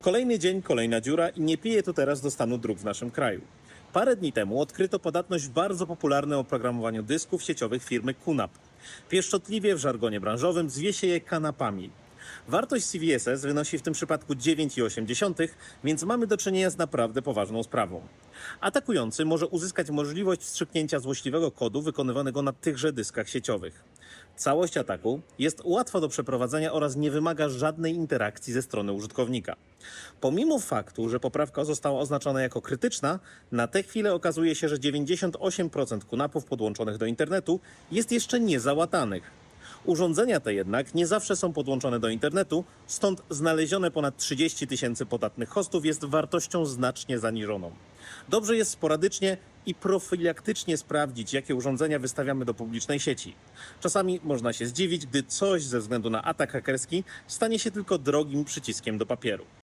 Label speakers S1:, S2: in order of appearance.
S1: Kolejny dzień, kolejna dziura i nie pije to teraz do stanu dróg w naszym kraju. Parę dni temu odkryto podatność w bardzo popularnym oprogramowaniu dysków sieciowych firmy QNAP. Pieszczotliwie w żargonie branżowym zwie się je kanapami. Wartość CVSS wynosi w tym przypadku 9,8, więc mamy do czynienia z naprawdę poważną sprawą. Atakujący może uzyskać możliwość wstrzyknięcia złośliwego kodu wykonywanego na tychże dyskach sieciowych. Całość ataku jest łatwa do przeprowadzenia oraz nie wymaga żadnej interakcji ze strony użytkownika. Pomimo faktu, że poprawka została oznaczona jako krytyczna, na tę chwilę okazuje się, że 98% kunapów podłączonych do internetu jest jeszcze niezałatanych. Urządzenia te jednak nie zawsze są podłączone do internetu, stąd znalezione ponad 30 000 podatnych hostów jest wartością znacznie zaniżoną. Dobrze jest sporadycznie i profilaktycznie sprawdzić, jakie urządzenia wystawiamy do publicznej sieci. Czasami można się zdziwić, gdy coś ze względu na atak hakerski stanie się tylko drogim przyciskiem do papieru.